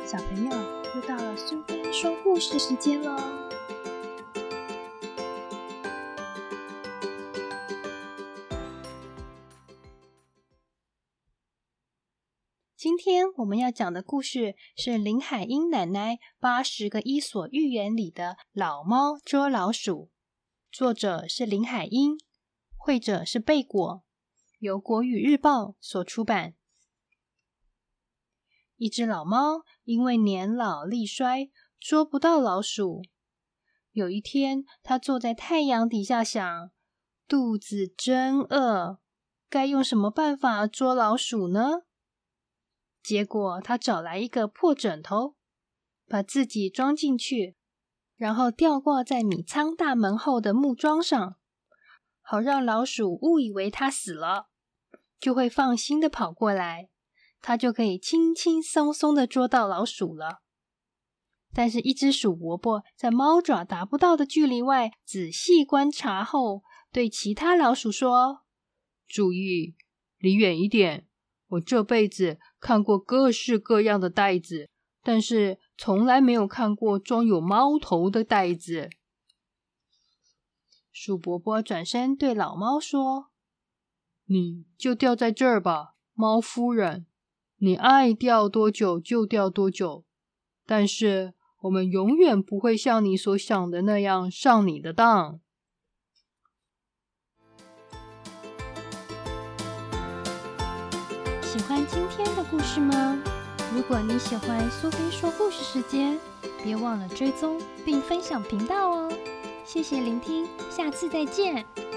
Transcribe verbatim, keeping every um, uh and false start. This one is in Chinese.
小朋友，又到了苏菲说故事时间咯。今天我们要讲的故事是林海音奶奶八十个伊索寓言里的老猫捉老鼠，作者是林海音，绘者是贝果，由国语日报所出版。一只老猫因为年老力衰，捉不到老鼠。有一天，它坐在太阳底下想，肚子真饿，该用什么办法捉老鼠呢？结果他找来一个破枕头，把自己装进去，然后吊挂在米仓大门后的木桩上，好让老鼠误以为他死了，就会放心的跑过来，他就可以轻轻松松的捉到老鼠了。但是一只鼠伯伯在猫爪达不到的距离外仔细观察后，对其他老鼠说：注意，离远一点，我这辈子看过各式各样的袋子，但是从来没有看过装有猫头的袋子。鼠伯伯转身对老猫说：你就吊在这儿吧，猫夫人，你爱吊多久就吊多久，但是我们永远不会像你所想的那样上你的当。喜欢今天的故事吗？如果你喜欢苏菲说故事时间，别忘了追踪并分享频道哦。谢谢聆听，下次再见。